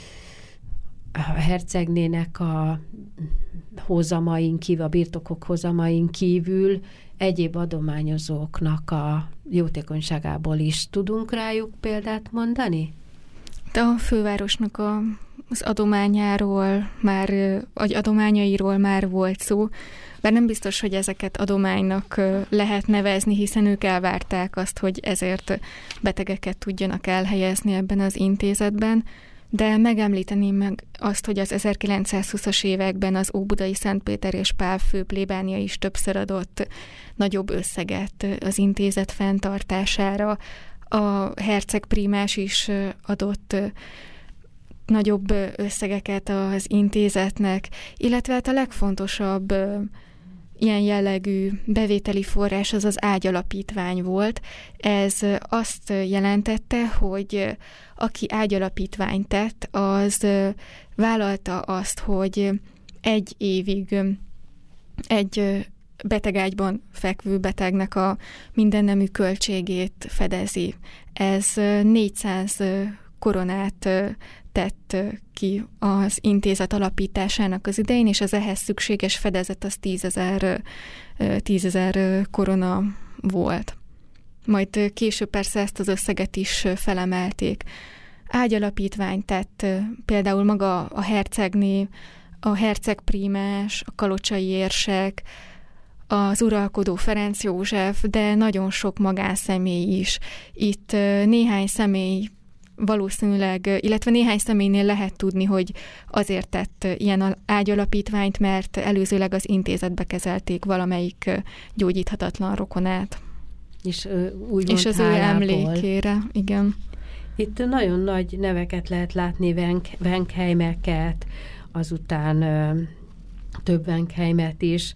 hercegnének a hozamain kívül, a birtokok hozamain kívül egyéb adományozóknak a jótékonyságából is. Tudunk rájuk példát mondani? De a fővárosnak az adományairól már volt szó, bár nem biztos, hogy ezeket adománynak lehet nevezni, hiszen ők elvárták azt, hogy ezért betegeket tudjanak elhelyezni ebben az intézetben, de megemlíteném meg azt, hogy az 1920-as években az Óbudai Szentpéter és Pál főplébánia is többször adott nagyobb összeget az intézet fenntartására. A herceg prímás is adott nagyobb összegeket az intézetnek, illetve hát a legfontosabb ilyen jellegű bevételi forrás az ágyalapítvány volt. Ez azt jelentette, hogy aki ágyalapítványt tett, az vállalta azt, hogy egy évig egy betegágyban fekvő betegnek a mindennemű költségét fedezi. Ez 400 koronát tett ki az intézet alapításának az idején, és az ehhez szükséges fedezet az 10 000 korona volt. Majd később persze ezt az összeget is felemelték. Ágyalapítványt tett például maga a hercegné, a hercegprímás, a kalocsai érsek, az uralkodó Ferenc József, de nagyon sok magánszemély is. Itt néhány személy valószínűleg, illetve néhány személynél lehet tudni, hogy azért tett ilyen ágyalapítványt, mert előzőleg az intézetbe kezelték valamelyik gyógyíthatatlan rokonát. És az ő emlékére, igen. Itt nagyon nagy neveket lehet látni, Wenkheimeket, azután több Wenkheimet is.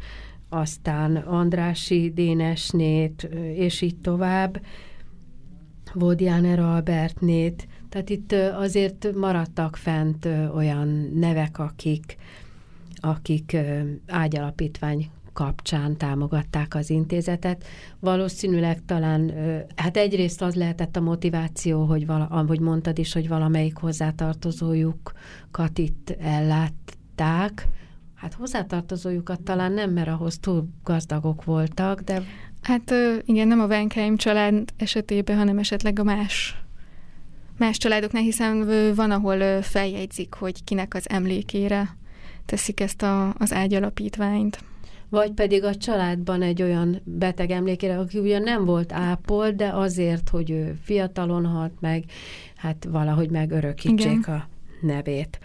aztán Andrássy Dénesnét, és így tovább, Vodjáner Albertnét. Tehát itt azért maradtak fent olyan nevek, akik ágyalapítvány kapcsán támogatták az intézetet. Valószínűleg talán, hát egyrészt az lehetett a motiváció, hogy ahogy mondtad is, hogy valamelyik hozzátartozójukat itt ellátták. Hát hozzátartozójukat talán nem, mert ahhoz túl gazdagok voltak, de... Hát igen, nem a Wenkheim család esetében, hanem esetleg a más családoknál, hiszen van, ahol feljegyzik, hogy kinek az emlékére teszik ezt az ágyalapítványt. Vagy pedig a családban egy olyan beteg emlékére, aki ugyan nem volt ápolt, de azért, hogy ő fiatalon halt meg, hát valahogy megörökítsék a nevét.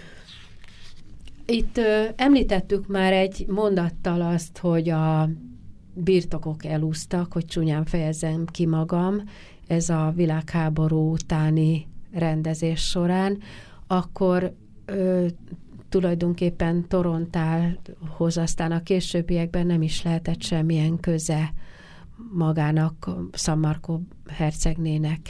Itt említettük már egy mondattal azt, hogy a birtokok elúsztak, hogy csúnyán fejezzem ki magam, ez a világháború utáni rendezés során, akkor tulajdonképpen Torontálhoz aztán a későbbiekben nem is lehetett semmilyen köze magának, San Marco hercegnének.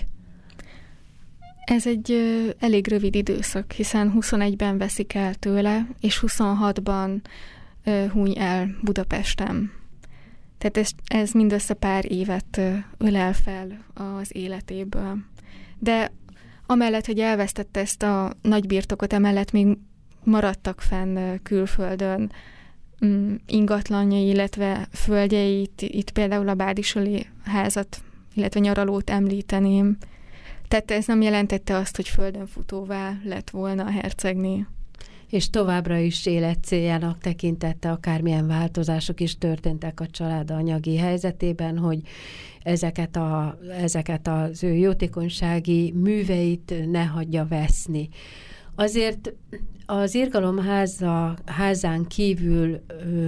Ez egy elég rövid időszak, hiszen 21-ben veszik el tőle, és 26-ban huny el Budapesten. Tehát ez mindössze pár évet ölel fel az életéből. De amellett, hogy elvesztette ezt a nagy birtokot, emellett még maradtak fenn külföldön ingatlanjai, illetve földjeit, itt például a Bádisoli házat, illetve nyaralót említeném. Tehát ez nem jelentette azt, hogy földönfutóvá lett volna a hercegné. És továbbra is életcéljának tekintette, akármilyen változások is történtek a család anyagi helyzetében, hogy ezeket az ő jótékonysági műveit ne hagyja veszni. Azért az Irgalomházán kívül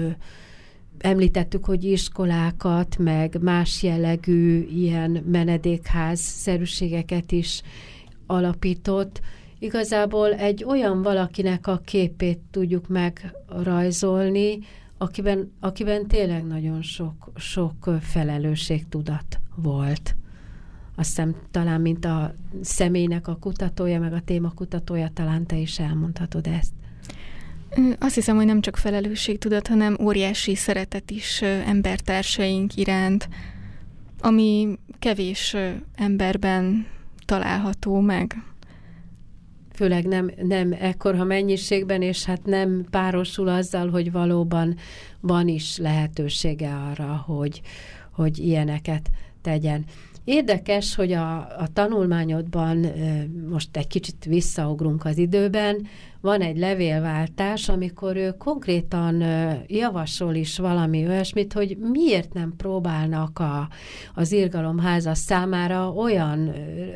említettük, hogy iskolákat, meg más jellegű ilyen menedékház-szerűségeket is alapított. Igazából egy olyan valakinek a képét tudjuk megrajzolni, akiben tényleg nagyon sok felelősségtudat volt. Azt hiszem, talán mint a személynek a kutatója, meg a témakutatója, talán te is elmondhatod ezt. Azt hiszem, hogy nem csak felelősségtudat, hanem óriási szeretet is embertársaink iránt, ami kevés emberben található meg. Főleg nem ekkora mennyiségben, és hát nem párosul azzal, hogy valóban van is lehetősége arra, hogy ilyeneket tegyen. Érdekes, hogy a tanulmányodban, most egy kicsit visszaugrunk az időben, van egy levélváltás, amikor ő konkrétan javasol is valami olyasmit, hogy miért nem próbálnak az Irgalomháza számára olyan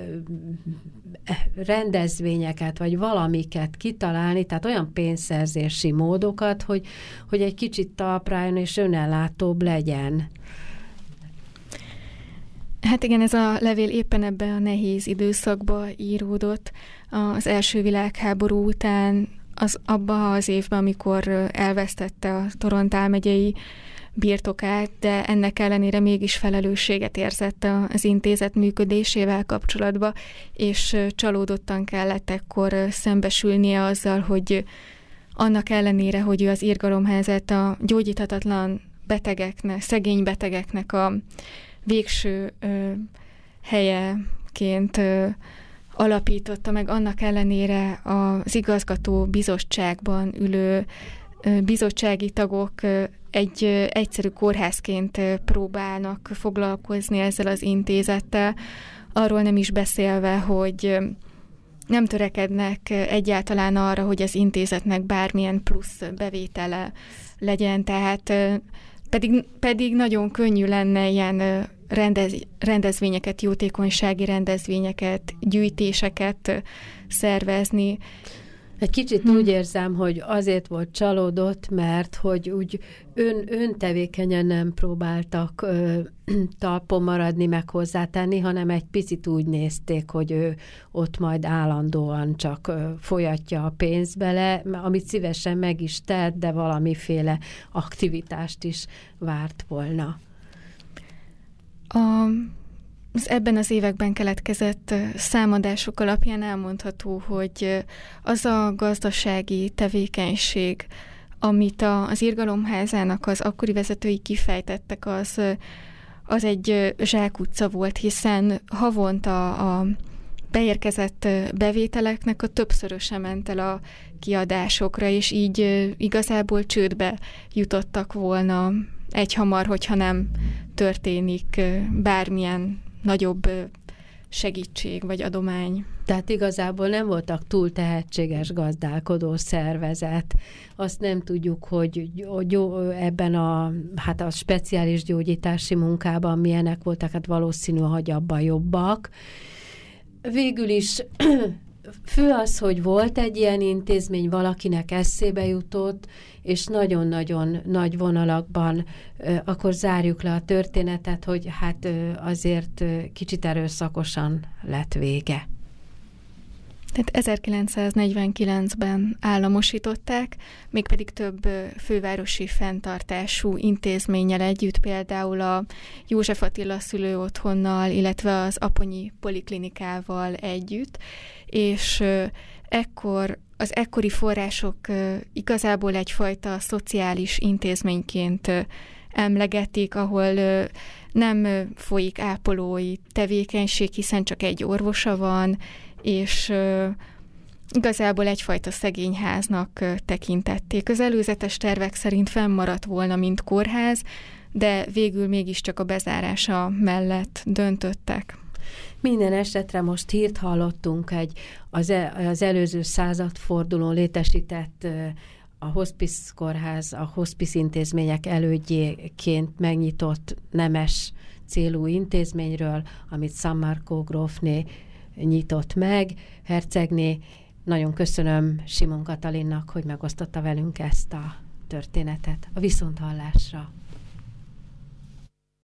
rendezvényeket, vagy valamiket kitalálni, tehát olyan pénzszerzési módokat, hogy egy kicsit talpra álljon és önellátóbb legyen. Hát igen, ez a levél éppen ebben a nehéz időszakban íródott. Az első világháború után, abban az évben, amikor elvesztette a Torontál megyei birtokát, de ennek ellenére mégis felelősséget érzett az intézet működésével kapcsolatban, és csalódottan kellett ekkor szembesülnie azzal, hogy annak ellenére, hogy ő az Irgalomházát a gyógyíthatatlan betegeknek, szegény betegeknek a végső helyeként alapította meg, annak ellenére az igazgató bizottságban ülő bizottsági tagok egy egyszerű kórházként próbálnak foglalkozni ezzel az intézettel, arról nem is beszélve, hogy nem törekednek egyáltalán arra, hogy az intézetnek bármilyen plusz bevétele legyen, tehát pedig nagyon könnyű lenne ilyen rendezvényeket, jótékonysági rendezvényeket, gyűjtéseket szervezni. Egy kicsit úgy érzem, hogy azért volt csalódott, mert hogy úgy öntevékenyen nem próbáltak talpon maradni, meg hozzátenni, hanem egy picit úgy nézték, hogy ő ott majd állandóan csak folyatja a pénzt bele, amit szívesen meg is tett, de valamiféle aktivitást is várt volna. Az ebben az években keletkezett számadások alapján elmondható, hogy az a gazdasági tevékenység, amit az Irgalomházának az akkori vezetői kifejtettek, az egy zsákutca volt, hiszen havonta a beérkezett bevételeknek a többszöröse ment el a kiadásokra, és így igazából csődbe jutottak volna egyhamar, hogyha nem történik bármilyen nagyobb segítség vagy adomány. Tehát igazából nem voltak túl tehetséges gazdálkodó szervezet. Azt nem tudjuk, hogy ebben a speciális gyógyítási munkában milyenek voltak, hát valószínű, hogy abban jobbak. Végül is fő az, hogy volt egy ilyen intézmény, valakinek eszébe jutott, és nagyon-nagyon nagy vonalakban akkor zárjuk le a történetet, hogy hát azért kicsit erőszakosan lett vége. Tehát 1949-ben államosították, mégpedig több fővárosi fenntartású intézménnyel együtt, például a József Attila szülőotthonnal, illetve az Aponyi Poliklinikával együtt, és az ekkori források igazából egyfajta szociális intézményként emlegetik, ahol nem folyik ápolói tevékenység, hiszen csak egy orvosa van, és igazából egyfajta szegényháznak tekintették. Az előzetes tervek szerint fennmaradt volna, mint kórház, de végül mégiscsak a bezárása mellett döntöttek. Minden esetre most hírt hallottunk az előző századfordulón létesített a hospice kórház, a hospice intézmények elődjéként megnyitott nemes célú intézményről, amit San Marco grófné nyitott meg, hercegné. Nagyon köszönöm Simon Katalinnak, hogy megosztotta velünk ezt a történetet. A viszonthallásra!